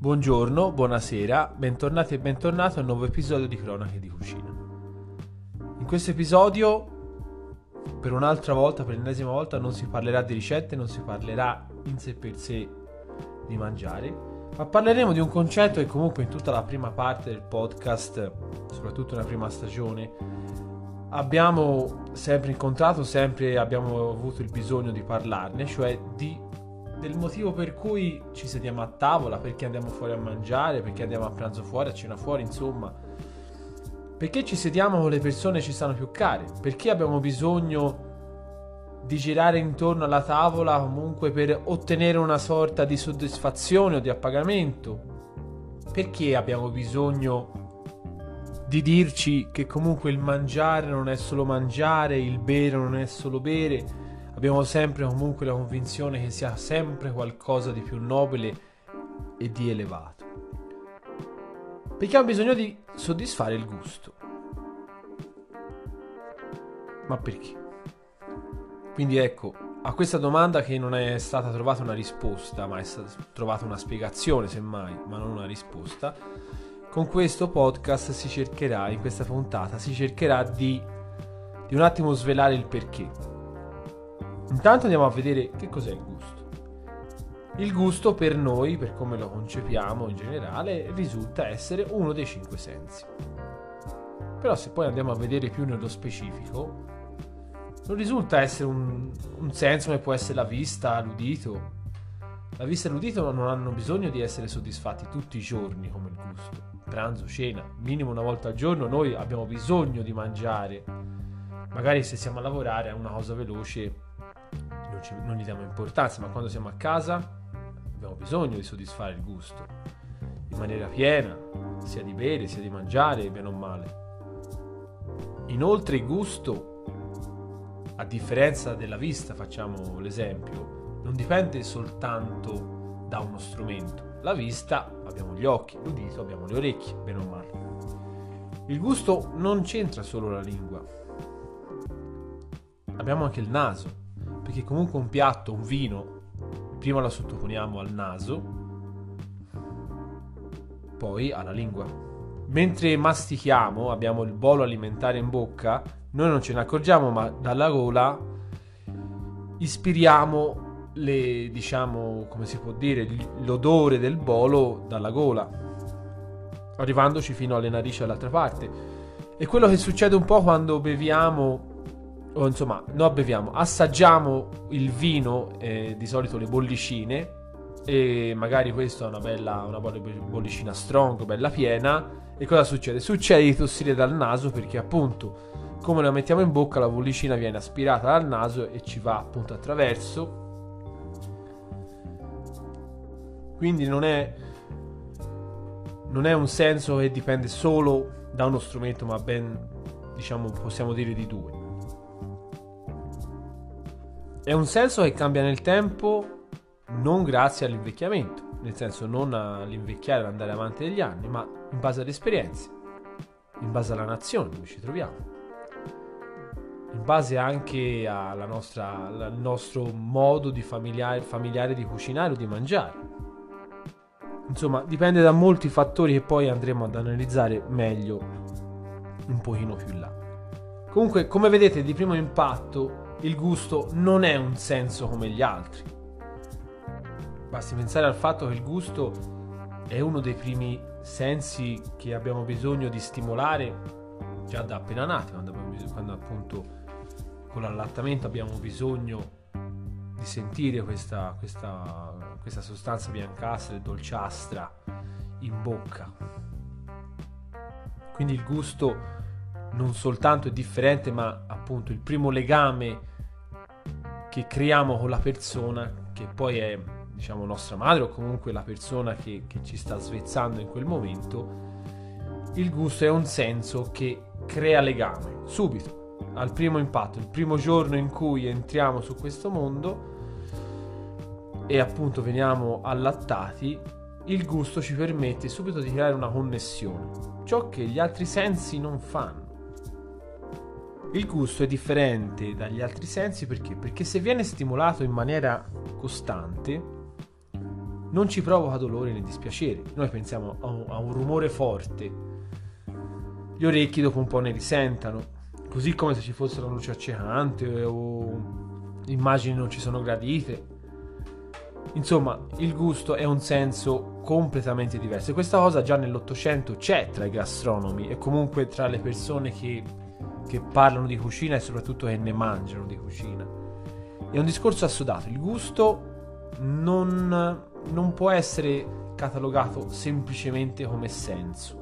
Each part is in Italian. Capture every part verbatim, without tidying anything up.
Buongiorno, buonasera, bentornati e bentornato a un nuovo episodio di Cronache di Cucina. In questo episodio, per un'altra volta, per l'ennesima volta, non si parlerà di ricette, non si parlerà in sé per sé di mangiare, ma parleremo di un concetto che comunque in tutta la prima parte del podcast, soprattutto nella prima stagione, abbiamo sempre incontrato, sempre abbiamo avuto il bisogno di parlarne, cioè di del motivo per cui ci sediamo a tavola, perché andiamo fuori a mangiare, perché andiamo a pranzo fuori, a cena fuori, insomma, perché ci sediamo con le persone che ci stanno più care, perché abbiamo bisogno di girare intorno alla tavola comunque per ottenere una sorta di soddisfazione o di appagamento, perché abbiamo bisogno di dirci che comunque il mangiare non è solo mangiare, il bere non è solo bere. Abbiamo sempre comunque la convinzione che sia sempre qualcosa di più nobile e di elevato. Perché abbiamo bisogno di soddisfare il gusto. Ma perché? Quindi ecco, a questa domanda che non è stata trovata una risposta, ma è stata trovata una spiegazione semmai, ma non una risposta, con questo podcast si cercherà, in questa puntata, si cercherà di, di un attimo svelare il perché. Intanto andiamo a vedere che cos'è il gusto. Il gusto per noi, per come lo concepiamo in generale, risulta essere uno dei cinque sensi. Però se poi andiamo a vedere più nello specifico, non risulta essere un, un senso come può essere la vista, l'udito. La vista e l'udito non hanno bisogno di essere soddisfatti tutti i giorni come il gusto. Pranzo, cena, minimo una volta al giorno noi abbiamo bisogno di mangiare. Magari se siamo a lavorare è una cosa veloce, non, ci, non gli diamo importanza, ma quando siamo a casa abbiamo bisogno di soddisfare il gusto in maniera piena, sia di bere sia di mangiare, bene o male. Inoltre il gusto, a differenza della vista, facciamo l'esempio, non dipende soltanto da uno strumento. La vista abbiamo gli occhi, l'udito abbiamo le orecchie, bene o male. Il gusto non c'entra solo la lingua, abbiamo anche il naso, perché comunque un piatto, un vino, prima lo sottoponiamo al naso, poi alla lingua. Mentre mastichiamo, abbiamo il bolo alimentare in bocca, noi non ce ne accorgiamo, ma dalla gola ispiriamo le, diciamo, come si può dire, l'odore del bolo dalla gola, arrivandoci fino alle narici dall'altra parte. E quello che succede un po' quando beviamo, o insomma, no beviamo, assaggiamo il vino, eh, di solito le bollicine, e magari questa è una bella, una bollicina strong, bella piena, e cosa succede? Succede di tossire dal naso, perché appunto come la mettiamo in bocca la bollicina viene aspirata dal naso e ci va appunto attraverso. Quindi non è non è un senso che dipende solo da uno strumento, ma ben, diciamo, possiamo dire di due. È un senso che cambia nel tempo, non grazie all'invecchiamento, nel senso non all'invecchiare, ad andare avanti degli anni, ma in base alle esperienze, in base alla nazione dove ci troviamo, in base anche alla nostra, al nostro modo di familiare, familiare di cucinare o di mangiare. Insomma, dipende da molti fattori che poi andremo ad analizzare meglio un pochino più là. Comunque, come vedete, di primo impatto il gusto non è un senso come gli altri. Basti pensare al fatto che il gusto è uno dei primi sensi che abbiamo bisogno di stimolare già da appena nati, quando, abbiamo bisogno, quando appunto con l'allattamento abbiamo bisogno di sentire questa, questa, questa sostanza biancastra e dolciastra in bocca. Quindi il gusto non soltanto è differente, ma appunto il primo legame che creiamo con la persona, che poi è, diciamo, nostra madre o comunque la persona che, che ci sta svezzando in quel momento. Il gusto è un senso che crea legame subito, al primo impatto, il primo giorno in cui entriamo su questo mondo e appunto veniamo allattati. Il gusto ci permette subito di creare una connessione, ciò che gli altri sensi non fanno. Il gusto è differente dagli altri sensi perché? Perché se viene stimolato in maniera costante, non ci provoca dolore né dispiacere. Noi pensiamo a un, a un rumore forte, gli orecchi dopo un po' ne risentano, così come se ci fosse una luce accecante o immagini non ci sono gradite. Insomma, il gusto è un senso completamente diverso, e questa cosa già nell'Ottocento c'è tra i gastronomi e comunque tra le persone che, che parlano di cucina e soprattutto che ne mangiano di cucina. È un discorso assodato. Il gusto non, non può essere catalogato semplicemente come senso.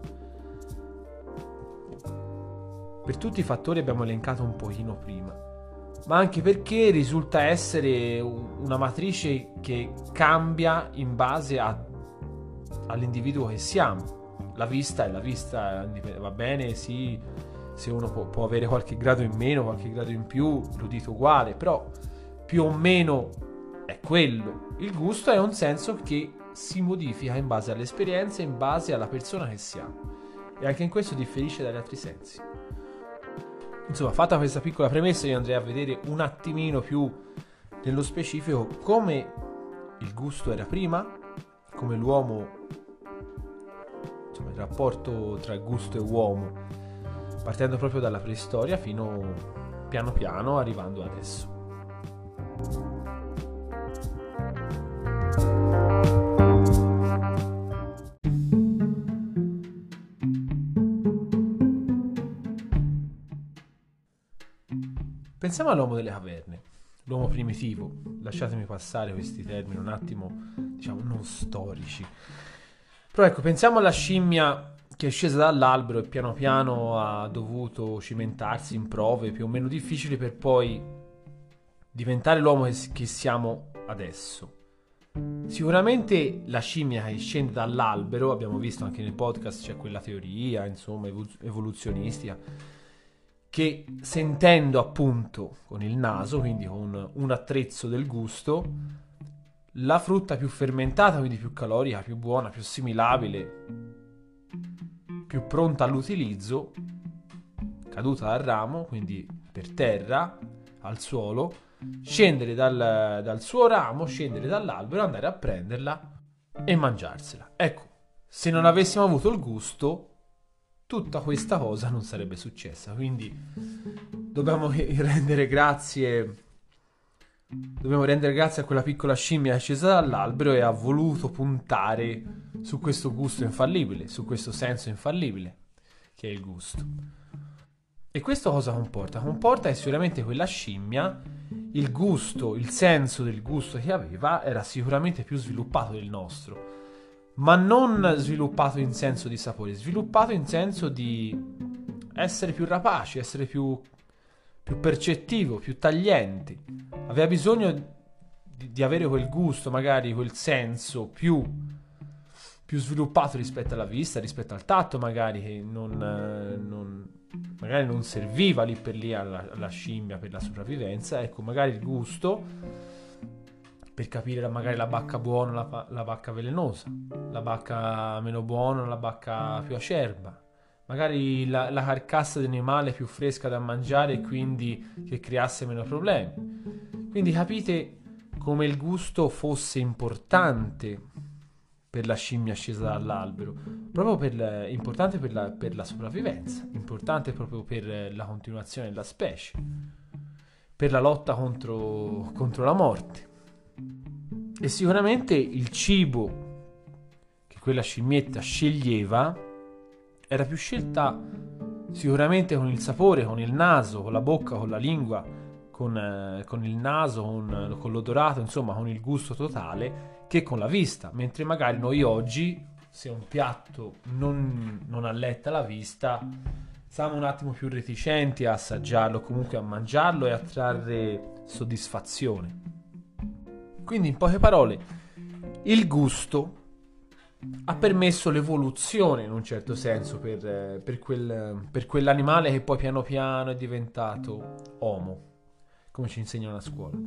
Per tutti i fattori abbiamo elencato un pochino prima, ma anche perché risulta essere una matrice che cambia in base a, all'individuo che siamo. La vista è la vista, va bene, sì, se uno può, può avere qualche grado in meno, qualche grado in più, l'udito uguale, però più o meno è quello. Il gusto è un senso che si modifica in base all'esperienza, in base alla persona che siamo, e anche in questo differisce dagli altri sensi. Insomma, fatta questa piccola premessa, io andrei a vedere un attimino più nello specifico come il gusto era prima, come l'uomo, insomma, il rapporto tra gusto e uomo, partendo proprio dalla preistoria fino piano piano arrivando adesso. Pensiamo all'uomo delle caverne, l'uomo primitivo. Lasciatemi passare questi termini un attimo, diciamo, non storici. Però ecco, pensiamo alla scimmia che è scesa dall'albero e piano piano ha dovuto cimentarsi in prove più o meno difficili per poi diventare l'uomo che, che siamo adesso. Sicuramente la scimmia che scende dall'albero, abbiamo visto anche nel podcast, c'è quella teoria, insomma, evoluzionistica, che sentendo appunto con il naso, quindi con un attrezzo del gusto, la frutta più fermentata, quindi più calorica, più buona, più assimilabile, più pronta all'utilizzo, caduta dal ramo, quindi per terra, al suolo, scendere dal, dal suo ramo, scendere dall'albero, andare a prenderla e mangiarsela. Ecco, se non avessimo avuto il gusto, tutta questa cosa non sarebbe successa. Quindi dobbiamo rendere grazie dobbiamo rendere grazie a quella piccola scimmia che è scesa dall'albero e ha voluto puntare su questo gusto infallibile, su questo senso infallibile che è il gusto. E questo cosa comporta? Comporta che sicuramente quella scimmia, il gusto, il senso del gusto che aveva era sicuramente più sviluppato del nostro, ma non sviluppato in senso di sapore, sviluppato in senso di essere più rapaci, essere più, più percettivo, più taglienti. Aveva bisogno di, di avere quel gusto, magari quel senso più, più sviluppato rispetto alla vista, rispetto al tatto, magari che non, non, magari non serviva lì per lì alla, alla scimmia per la sopravvivenza. Ecco, magari il gusto per capire magari la bacca buona, la, la bacca velenosa, la bacca meno buona, la bacca più acerba, magari la, la carcassa dell'animale più fresca da mangiare e quindi che creasse meno problemi. Quindi capite come il gusto fosse importante per la scimmia scesa dall'albero, proprio per, importante per la, per la sopravvivenza, importante proprio per la continuazione della specie, per la lotta contro, contro la morte. E sicuramente il cibo che quella scimmietta sceglieva era più scelta sicuramente con il sapore, con il naso, con la bocca, con la lingua, con, eh, con il naso, con, con l'odorato, insomma con il gusto totale, che con la vista. Mentre magari noi oggi, se un piatto non, non alletta la vista, siamo un attimo più reticenti a assaggiarlo, comunque a mangiarlo e a trarre soddisfazione. Quindi, in poche parole, il gusto ha permesso l'evoluzione, in un certo senso, per, per, quel, per quell'animale che poi piano piano è diventato Homo, come ci insegnano a scuola.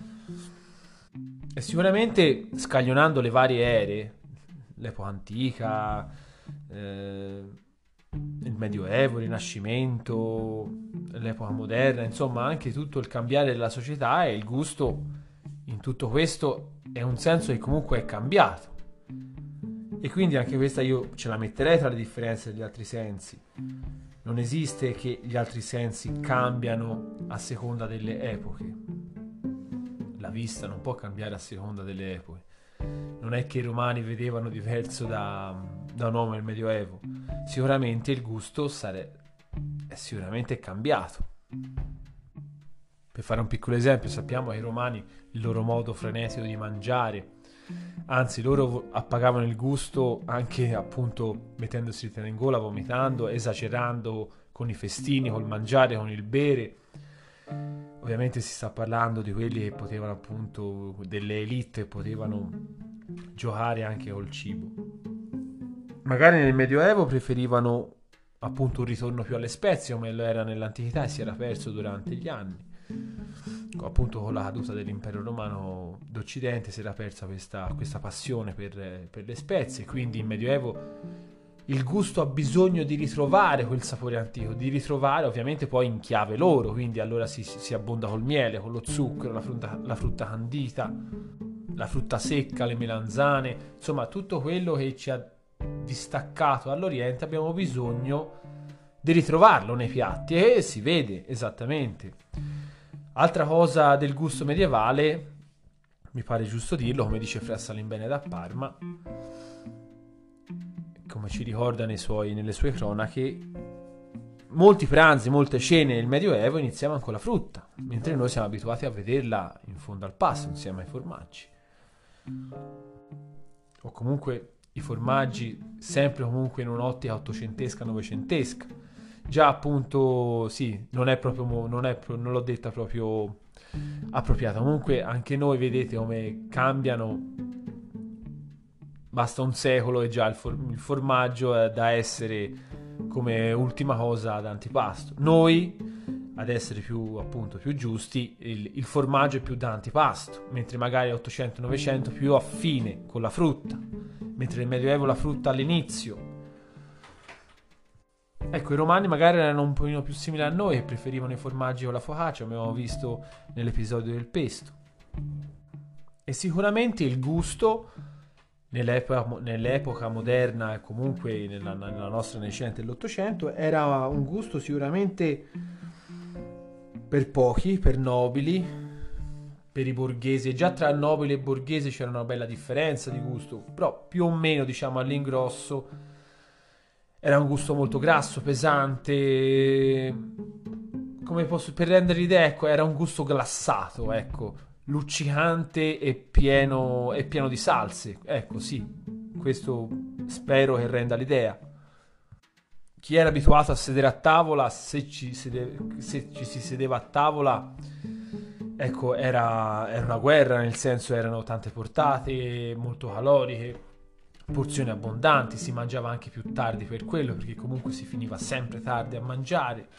E sicuramente, scaglionando le varie ere, l'epoca antica, eh, il Medioevo, il Rinascimento, l'epoca moderna, insomma, anche tutto il cambiare della società, e il gusto in tutto questo è un senso che comunque è cambiato. E quindi anche questa io ce la metterei tra le differenze degli altri sensi. Non esiste che gli altri sensi cambiano a seconda delle epoche. La vista non può cambiare a seconda delle epoche. Non è che i romani vedevano diverso da, da un uomo nel Medioevo. Sicuramente il gusto sare- è sicuramente cambiato. Per fare un piccolo esempio, sappiamo che i romani, il loro modo frenetico di mangiare, anzi loro appagavano il gusto anche appunto mettendosi il tene in gola, vomitando, esagerando con i festini, col mangiare, con il bere. Ovviamente si sta parlando di quelli che potevano appunto, delle elite, potevano giocare anche col cibo. Magari nel Medioevo preferivano appunto un ritorno più alle spezie, come lo era nell'antichità e si era perso durante gli anni. Appunto con la caduta dell'impero romano d'Occidente si era persa questa, questa passione per, per le spezie, quindi in Medioevo il gusto ha bisogno di ritrovare quel sapore antico, di ritrovare ovviamente poi in chiave loro, quindi allora si, si abbonda col miele, con lo zucchero, la frutta, la frutta candita, la frutta secca, le melanzane, insomma tutto quello che ci ha distaccato dall'Oriente abbiamo bisogno di ritrovarlo nei piatti e si vede esattamente. Altra cosa del gusto medievale, mi pare giusto dirlo, come dice Fra Salimbene da Parma, come ci ricorda nei suoi, nelle sue cronache, molti pranzi, molte cene nel Medioevo iniziavano con la frutta, mentre noi siamo abituati a vederla in fondo al pasto insieme ai formaggi. O comunque i formaggi sempre comunque in un'ottica ottocentesca, novecentesca. Già appunto sì, non è proprio non, è, non l'ho detta proprio appropriata. Comunque anche noi vedete come cambiano. Basta un secolo e già il, for- il formaggio è da essere come ultima cosa ad antipasto. Noi, ad essere più appunto più giusti, il, il formaggio è più da antipasto, mentre magari ottocento novecento più affine con la frutta, mentre nel Medioevo la frutta all'inizio. Ecco, i romani magari erano un pochino più simili a noi e preferivano i formaggi con la focaccia, abbiamo visto nell'episodio del pesto. E sicuramente il gusto nell'epoca, nell'epoca moderna e comunque nella, nella nostra nascente dell'Ottocento era un gusto sicuramente per pochi, per nobili, per i borghesi. E già tra nobili e borghesi c'era una bella differenza di gusto, però più o meno diciamo all'ingrosso era un gusto molto grasso, pesante, come posso, per rendere l'idea, ecco, era un gusto glassato, ecco, luccicante e pieno, e pieno di salse, ecco, sì, questo spero che renda l'idea. Chi era abituato a sedere a tavola, se ci, sede, se ci si sedeva a tavola, ecco, era, era una guerra, nel senso erano tante portate, molto caloriche, porzioni abbondanti, si mangiava anche più tardi per quello, perché comunque si finiva sempre tardi a mangiare.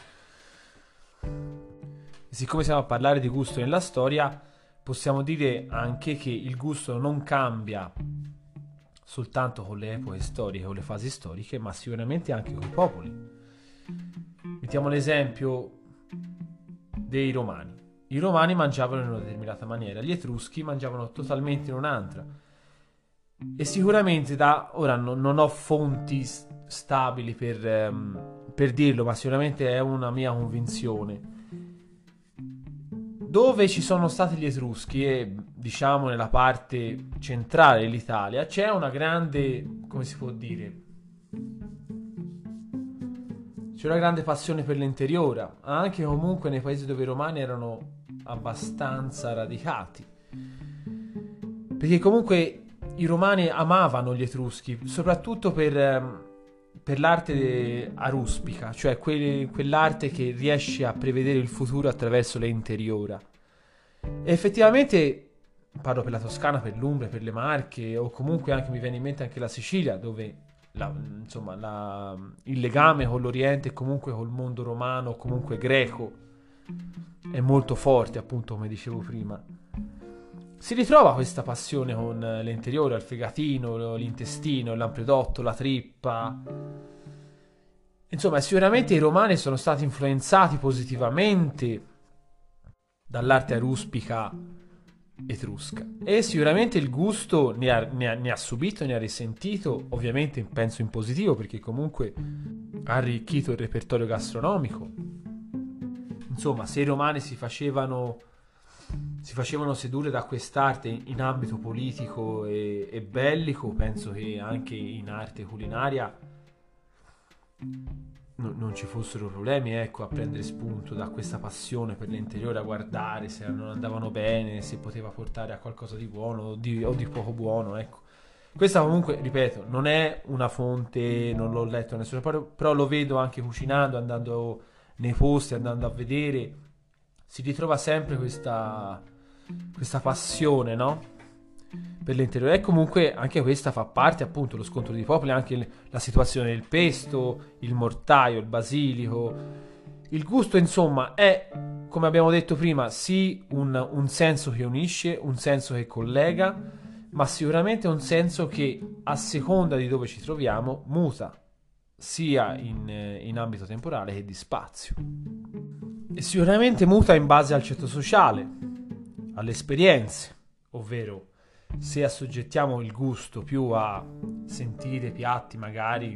E siccome siamo a parlare di gusto nella storia, possiamo dire anche che il gusto non cambia soltanto con le epoche storiche o le fasi storiche, ma sicuramente anche con i popoli. Mettiamo l'esempio dei romani. I romani mangiavano in una determinata maniera, gli etruschi mangiavano totalmente in un'altra. E sicuramente da ora non, non ho fonti stabili per, um, per dirlo, ma sicuramente è una mia convinzione. Dove ci sono stati gli etruschi e diciamo nella parte centrale dell'Italia c'è una grande, come si può dire, c'è una grande passione per l'interiora, anche comunque nei paesi dove i romani erano abbastanza radicati, perché comunque i romani amavano gli etruschi, soprattutto per, per l'arte aruspica, cioè que- quell'arte che riesce a prevedere il futuro attraverso le interiora. E effettivamente, parlo per la Toscana, per l'Umbria, per le Marche, o comunque anche mi viene in mente anche la Sicilia, dove la, insomma, la, il legame con l'Oriente e comunque col mondo romano, comunque greco, è molto forte, appunto, come dicevo prima. Si ritrova questa passione con l'interiore, il fegatino, l'intestino, l'ampliodotto, la trippa. Insomma, sicuramente i romani sono stati influenzati positivamente dall'arte aruspica etrusca. E sicuramente il gusto ne ha, ne ha, ne ha subito, ne ha risentito, ovviamente penso in positivo, perché comunque ha arricchito il repertorio gastronomico. Insomma, se i romani si facevano si facevano sedurre da quest'arte in ambito politico e, e bellico, penso che anche in arte culinaria no, non ci fossero problemi, ecco, a prendere spunto da questa passione per l'interiore, a guardare se non andavano bene, se poteva portare a qualcosa di buono o di, o di poco buono, ecco. Questa comunque, ripeto, non è una fonte, non l'ho letto da nessuna parte, però lo vedo anche cucinando, andando nei posti, andando a vedere, si ritrova sempre questa, questa passione, no? Per l'interiore. E comunque anche questa fa parte, appunto, lo scontro di popoli, anche la situazione del pesto, il mortaio, il basilico. Il gusto, insomma, è, come abbiamo detto prima, sì un, un senso che unisce, un senso che collega, ma sicuramente un senso che, a seconda di dove ci troviamo, muta, sia in, in ambito temporale che di spazio. E sicuramente muta in base al ceto sociale, alle esperienze, ovvero se assoggettiamo il gusto più a sentire piatti magari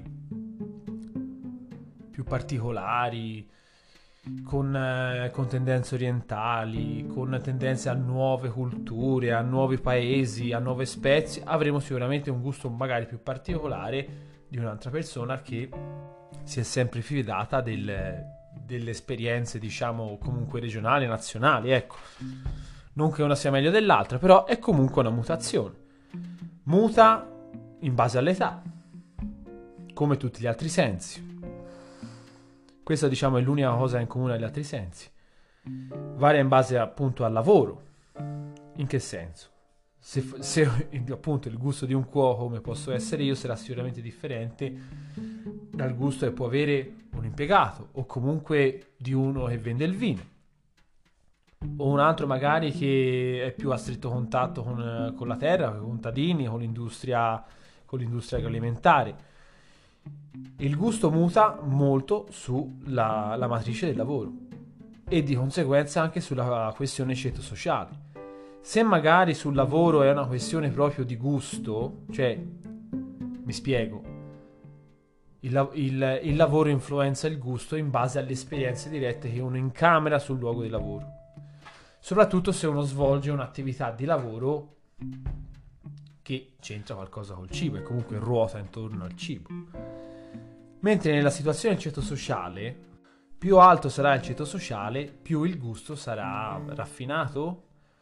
più particolari, con, eh, con tendenze orientali, con tendenze a nuove culture, a nuovi paesi, a nuove spezie, avremo sicuramente un gusto magari più particolare di un'altra persona che si è sempre fidata del, delle esperienze, diciamo, comunque regionali, nazionali, ecco. Non che una sia meglio dell'altra, però è comunque una mutazione. Muta in base all'età, come tutti gli altri sensi. Questa, diciamo, è l'unica cosa in comune agli altri sensi. Varia in base appunto al lavoro. In che senso? Se, se appunto il gusto di un cuoco, come posso essere io, sarà sicuramente differente dal gusto che può avere un impiegato, o comunque di uno che vende il vino, o un altro magari che è più a stretto contatto con, con la terra, con i contadini, con l'industria, con l'industria agroalimentare. Il gusto muta molto sulla la matrice del lavoro e di conseguenza anche sulla questione ceto-sociale. Se magari sul lavoro è una questione proprio di gusto, cioè, mi spiego, il, il, il lavoro influenza il gusto in base alle esperienze dirette che uno incamera sul luogo di lavoro, soprattutto se uno svolge un'attività di lavoro che c'entra qualcosa col cibo e comunque ruota intorno al cibo. Mentre nella situazione del ceto sociale, più alto sarà il ceto sociale, più il gusto sarà raffinato,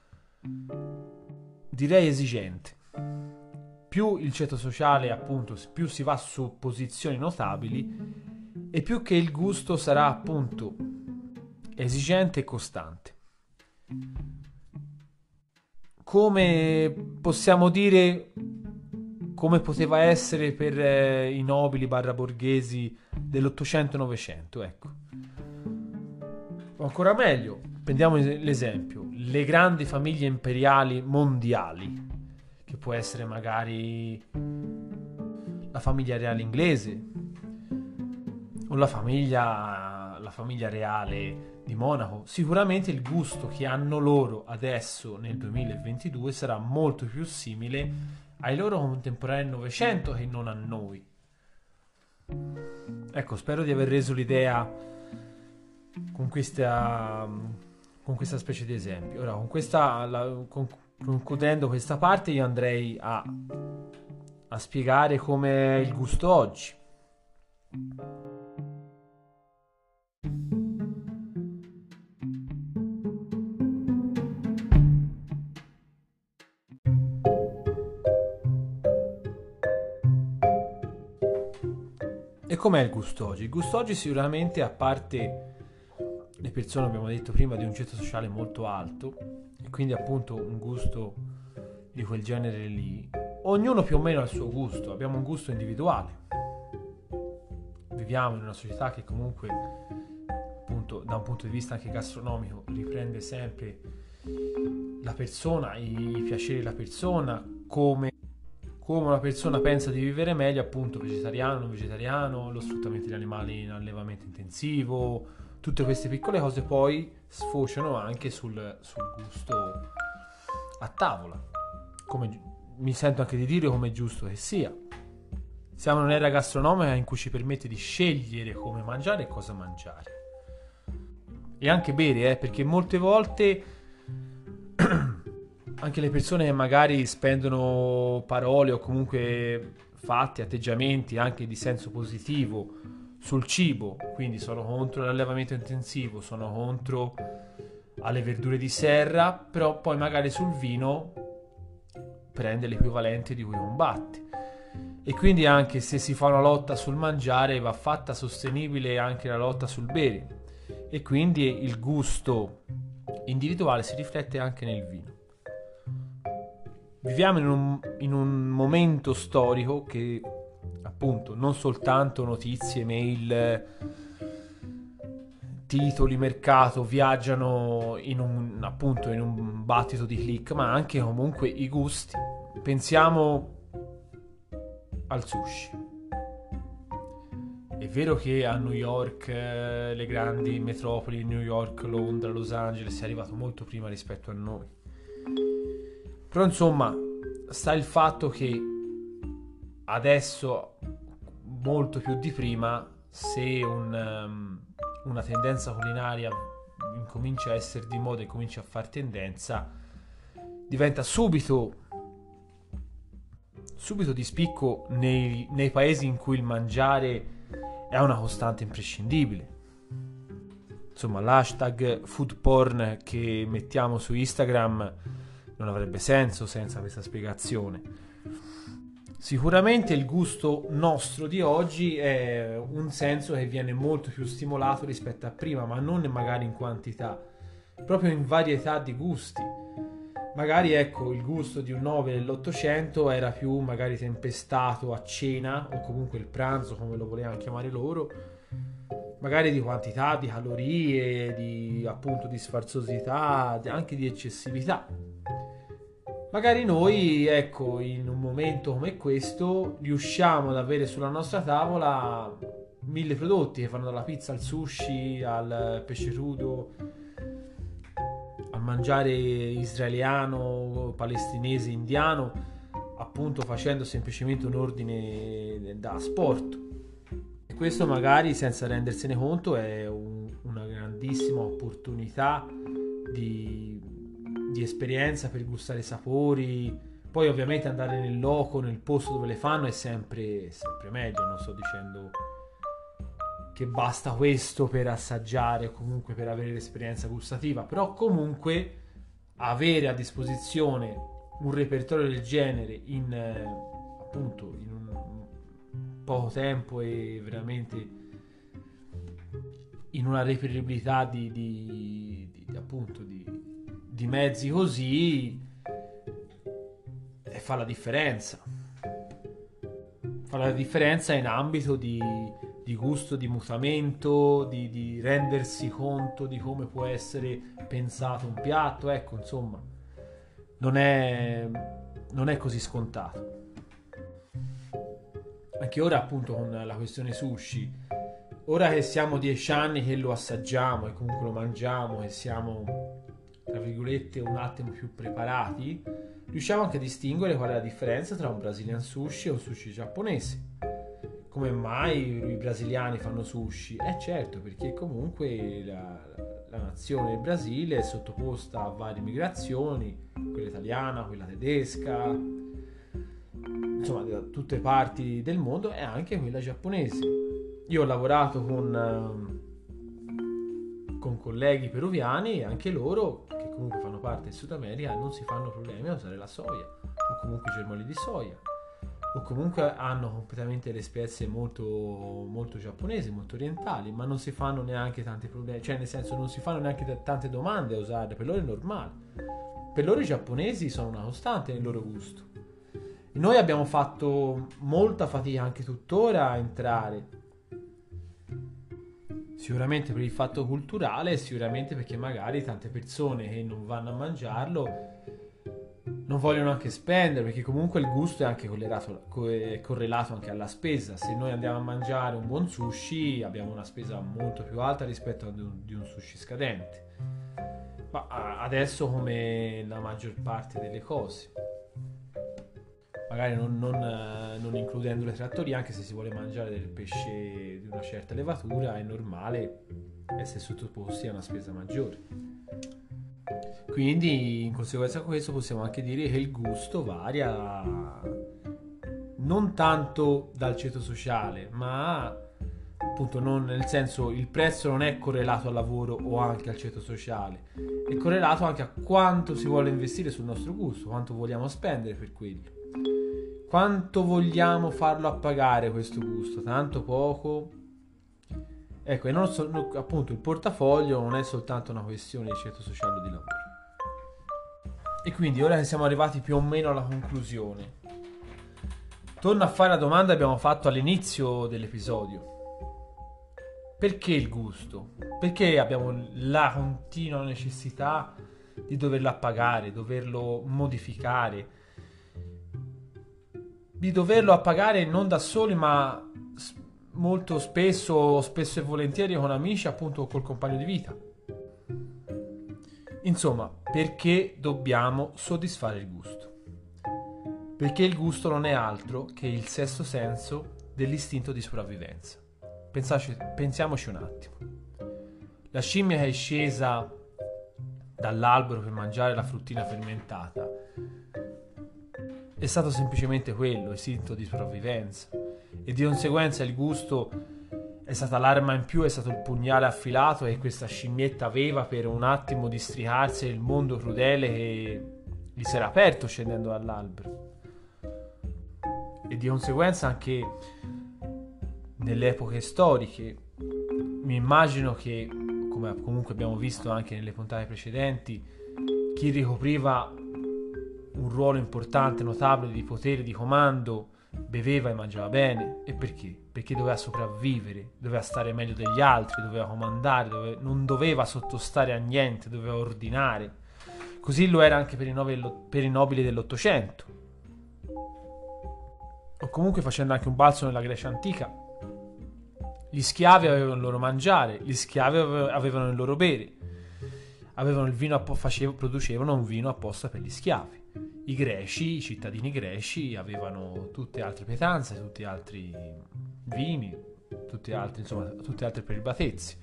direi esigente. Più il ceto sociale, appunto, più si va su posizioni notabili e più che il gusto sarà, appunto, esigente e costante. Come possiamo dire, come poteva essere per eh, i nobili barra borghesi dell'Ottocento Novecento, ecco. O ancora meglio, prendiamo l'esempio, le grandi famiglie imperiali mondiali, che può essere magari la famiglia reale inglese o la famiglia, la famiglia reale di Monaco. Sicuramente il gusto che hanno loro adesso nel duemilaventidue sarà molto più simile ai loro contemporanei del Novecento che non a noi. Ecco, spero di aver reso l'idea con questa, con questa specie di esempio. Ora, con questa, la, con, concludendo questa parte, io andrei a, a spiegare com'è il gusto oggi. E com'è il gusto oggi? Il gusto oggi sicuramente, a parte le persone, abbiamo detto prima, di un ceto sociale molto alto, e quindi appunto un gusto di quel genere lì, ognuno più o meno ha il suo gusto, abbiamo un gusto individuale. Viviamo in una società che comunque, appunto, da un punto di vista anche gastronomico, riprende sempre la persona, i, i piaceri della persona, come come una persona pensa di vivere meglio, appunto, vegetariano, non vegetariano, lo sfruttamento degli animali in allevamento intensivo, tutte queste piccole cose poi sfociano anche sul, sul gusto a tavola, come mi sento anche di dire, come è giusto che sia. Siamo in un'era gastronomica in cui ci permette di scegliere come mangiare e cosa mangiare. E anche bere, eh, perché molte volte anche le persone che magari spendono parole o comunque fatti, atteggiamenti anche di senso positivo sul cibo, quindi sono contro l'allevamento intensivo, sono contro alle verdure di serra, però poi magari sul vino prende l'equivalente di cui combatte. E quindi anche se si fa una lotta sul mangiare, va fatta sostenibile anche la lotta sul bere, e quindi il gusto individuale si riflette anche nel vino. Viviamo in un, in un momento storico che appunto non soltanto notizie, mail, titoli, mercato viaggiano in un, appunto in un battito di click, ma anche comunque i gusti. Pensiamo al sushi. È vero che a New York, eh, le grandi metropoli, New York, Londra, Los Angeles, è arrivato molto prima rispetto a noi. Però insomma, sta il fatto che adesso, molto più di prima, se un, um, una tendenza culinaria incomincia a essere di moda e comincia a far tendenza, diventa subito subito di spicco nei, nei paesi in cui il mangiare è una costante imprescindibile. Insomma, l'hashtag food porn che mettiamo su Instagram non avrebbe senso senza questa spiegazione. Sicuramente il gusto nostro di oggi è un senso che viene molto più stimolato rispetto a prima, ma non magari in quantità, proprio in varietà di gusti. Magari ecco, il gusto di un nove dell'Ottocento era più magari tempestato a cena o comunque il pranzo, come lo volevano chiamare loro, magari di quantità, di calorie, di appunto di sfarzosità, anche di eccessività. Magari noi, ecco, in un momento come questo riusciamo ad avere sulla nostra tavola mille prodotti che fanno dalla pizza al sushi, al pesce crudo, al mangiare israeliano, palestinese, indiano, appunto facendo semplicemente un ordine da sport. E questo magari senza rendersene conto è un, una grandissima opportunità di, di esperienza per gustare i sapori. Poi ovviamente andare nel loco, nel posto dove le fanno è sempre, sempre meglio, non sto dicendo che basta questo per assaggiare o comunque per avere l'esperienza gustativa, però comunque avere a disposizione un repertorio del genere in eh, appunto in un poco tempo e veramente in una reperibilità di, di, di appunto di, di mezzi così e fa la differenza fa la differenza in ambito di di gusto, di mutamento, di, di rendersi conto di come può essere pensato un piatto. Ecco, insomma, non è, non è così scontato. Anche ora, appunto, con la questione sushi, ora che siamo dieci anni che lo assaggiamo e comunque lo mangiamo e siamo, tra virgolette, un attimo più preparati, riusciamo anche a distinguere qual è la differenza tra un Brazilian sushi e un sushi giapponese. Come mai i brasiliani fanno sushi? Eh certo, perché comunque la, la nazione del Brasile è sottoposta a varie migrazioni, quella italiana, quella tedesca, insomma da tutte parti del mondo, e anche quella giapponese. Io ho lavorato con, con colleghi peruviani e anche loro, che comunque fanno parte del Sud America, non si fanno problemi a usare la soia o comunque i germogli di soia, o comunque hanno completamente le spezie molto, molto giapponesi, molto orientali, ma non si fanno neanche tanti problemi, cioè nel senso non si fanno neanche t- tante domande a usarle, per loro è normale. Per loro i giapponesi sono una costante nel loro gusto. E noi abbiamo fatto molta fatica anche tuttora a entrare, sicuramente per il fatto culturale, sicuramente perché magari tante persone che non vanno a mangiarlo non vogliono anche spendere, perché comunque il gusto è anche correlato, è correlato anche alla spesa. Se noi andiamo a mangiare un buon sushi abbiamo una spesa molto più alta rispetto a un, di un sushi scadente. Ma adesso, come la maggior parte delle cose, magari non, non, eh, non includendo le trattorie, anche se si vuole mangiare del pesce di una certa levatura, è normale essere sottoposti a una spesa maggiore. Quindi, in conseguenza di questo, possiamo anche dire che il gusto varia non tanto dal ceto sociale, ma appunto non nel senso, il prezzo non è correlato al lavoro o anche al ceto sociale, è correlato anche a quanto si vuole investire sul nostro gusto, quanto vogliamo spendere per quello, quanto vogliamo farlo appagare questo gusto, tanto poco. Ecco, e non so, appunto il portafoglio non è soltanto una questione di ceto sociale o di lavoro. E quindi ora che siamo arrivati più o meno alla conclusione, torno a fare la domanda che abbiamo fatto all'inizio dell'episodio. Perché il gusto? Perché abbiamo la continua necessità di doverlo appagare, doverlo modificare, di doverlo appagare non da soli, ma molto spesso, spesso e volentieri con amici, appunto col compagno di vita. Insomma, perché dobbiamo soddisfare il gusto? Perché il gusto non è altro che il sesto senso dell'istinto di sopravvivenza. Pensaci, pensiamoci un attimo. La scimmia che è scesa dall'albero per mangiare la fruttina fermentata è stato semplicemente quello, istinto di sopravvivenza, e di conseguenza il gusto è stata l'arma in più, è stato il pugnale affilato che questa scimmietta aveva per un attimo districarsi nel mondo crudele che gli si era aperto scendendo dall'albero. E di conseguenza anche nelle epoche storiche mi immagino che, come comunque abbiamo visto anche nelle puntate precedenti, chi ricopriva un ruolo importante, notabile di potere, di comando, beveva e mangiava bene. E perché? Perché doveva sopravvivere, doveva stare meglio degli altri, doveva comandare, dove, non doveva sottostare a niente, doveva ordinare. Così lo era anche per i, nobili, per i nobili dell'Ottocento, o comunque facendo anche un balzo nella Grecia antica. Gli schiavi avevano il loro mangiare, gli schiavi avevano il loro bere, avevano il vino appo- facev- producevano un vino apposta per gli schiavi. I greci, i cittadini greci, avevano tutte altre pietanze, tutti altri vini, tutti altri, insomma, tutte altre prelibatezze.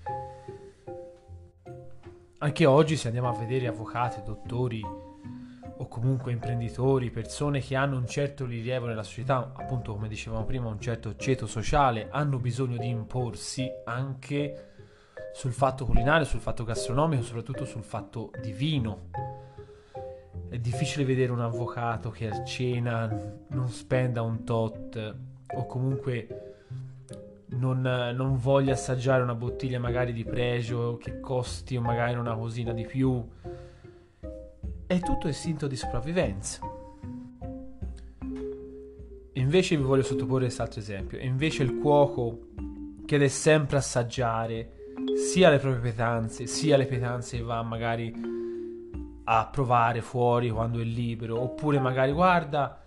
Anche oggi, se andiamo a vedere avvocati, dottori o comunque imprenditori, persone che hanno un certo rilievo nella società, appunto come dicevamo prima, un certo ceto sociale, hanno bisogno di imporsi anche sul fatto culinario, sul fatto gastronomico, soprattutto sul fatto di vino. È difficile vedere un avvocato che a cena non spenda un tot, o comunque non, non voglia assaggiare una bottiglia magari di pregio che costi magari una cosina di più. È tutto istinto di sopravvivenza. E invece vi voglio sottoporre quest'altro esempio. E invece il cuoco che deve sempre assaggiare sia le proprie pietanze, sia le pietanze che va magari a provare fuori quando è libero, oppure magari guarda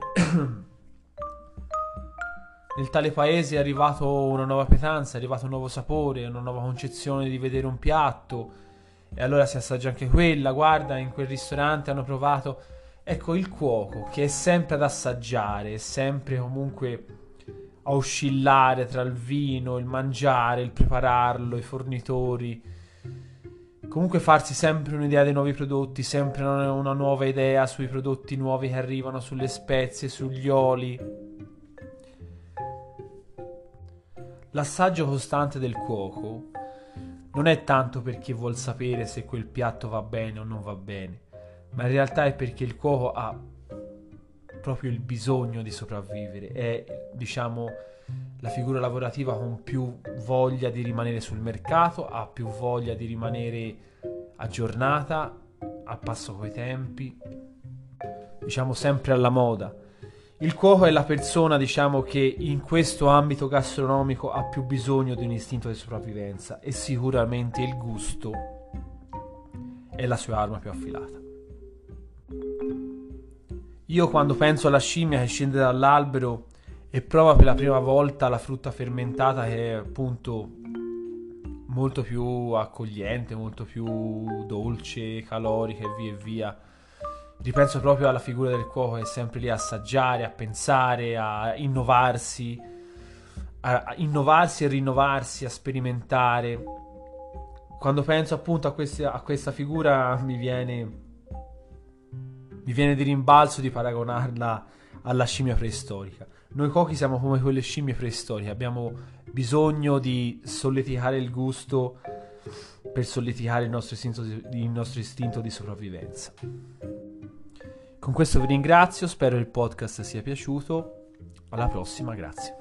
nel tale paese è arrivato una nuova pietanza, è arrivato un nuovo sapore, una nuova concezione di vedere un piatto, e allora si assaggia anche quella. Guarda, in quel ristorante hanno provato. Ecco, il cuoco che è sempre ad assaggiare, è sempre comunque a oscillare tra il vino, il mangiare, il prepararlo, i fornitori, comunque farsi sempre un'idea dei nuovi prodotti, sempre una nuova idea sui prodotti nuovi che arrivano, sulle spezie, sugli oli. L'assaggio costante del cuoco non è tanto perché vuol sapere se quel piatto va bene o non va bene, ma in realtà è perché il cuoco ha proprio il bisogno di sopravvivere. È, diciamo, la figura lavorativa con più voglia di rimanere sul mercato, ha più voglia di rimanere aggiornata, al passo coi tempi, diciamo sempre alla moda. Il cuoco è la persona, diciamo, che in questo ambito gastronomico ha più bisogno di un istinto di sopravvivenza, e sicuramente il gusto è la sua arma più affilata. Io quando penso alla scimmia che scende dall'albero e prova per la prima volta la frutta fermentata, che è appunto molto più accogliente, molto più dolce, calorica e via e via. Ripenso proprio alla figura del cuoco che è sempre lì a assaggiare, a pensare, a innovarsi, a, a innovarsi e rinnovarsi, a sperimentare. Quando penso appunto a, questi, a questa figura mi viene, mi viene di rimbalzo di paragonarla alla scimmia preistorica. Noi cuochi siamo come quelle scimmie preistoriche, abbiamo bisogno di solleticare il gusto per solleticare il nostro istinto di, il nostro istinto di sopravvivenza. Con questo vi ringrazio, spero il podcast sia piaciuto. Alla prossima, grazie.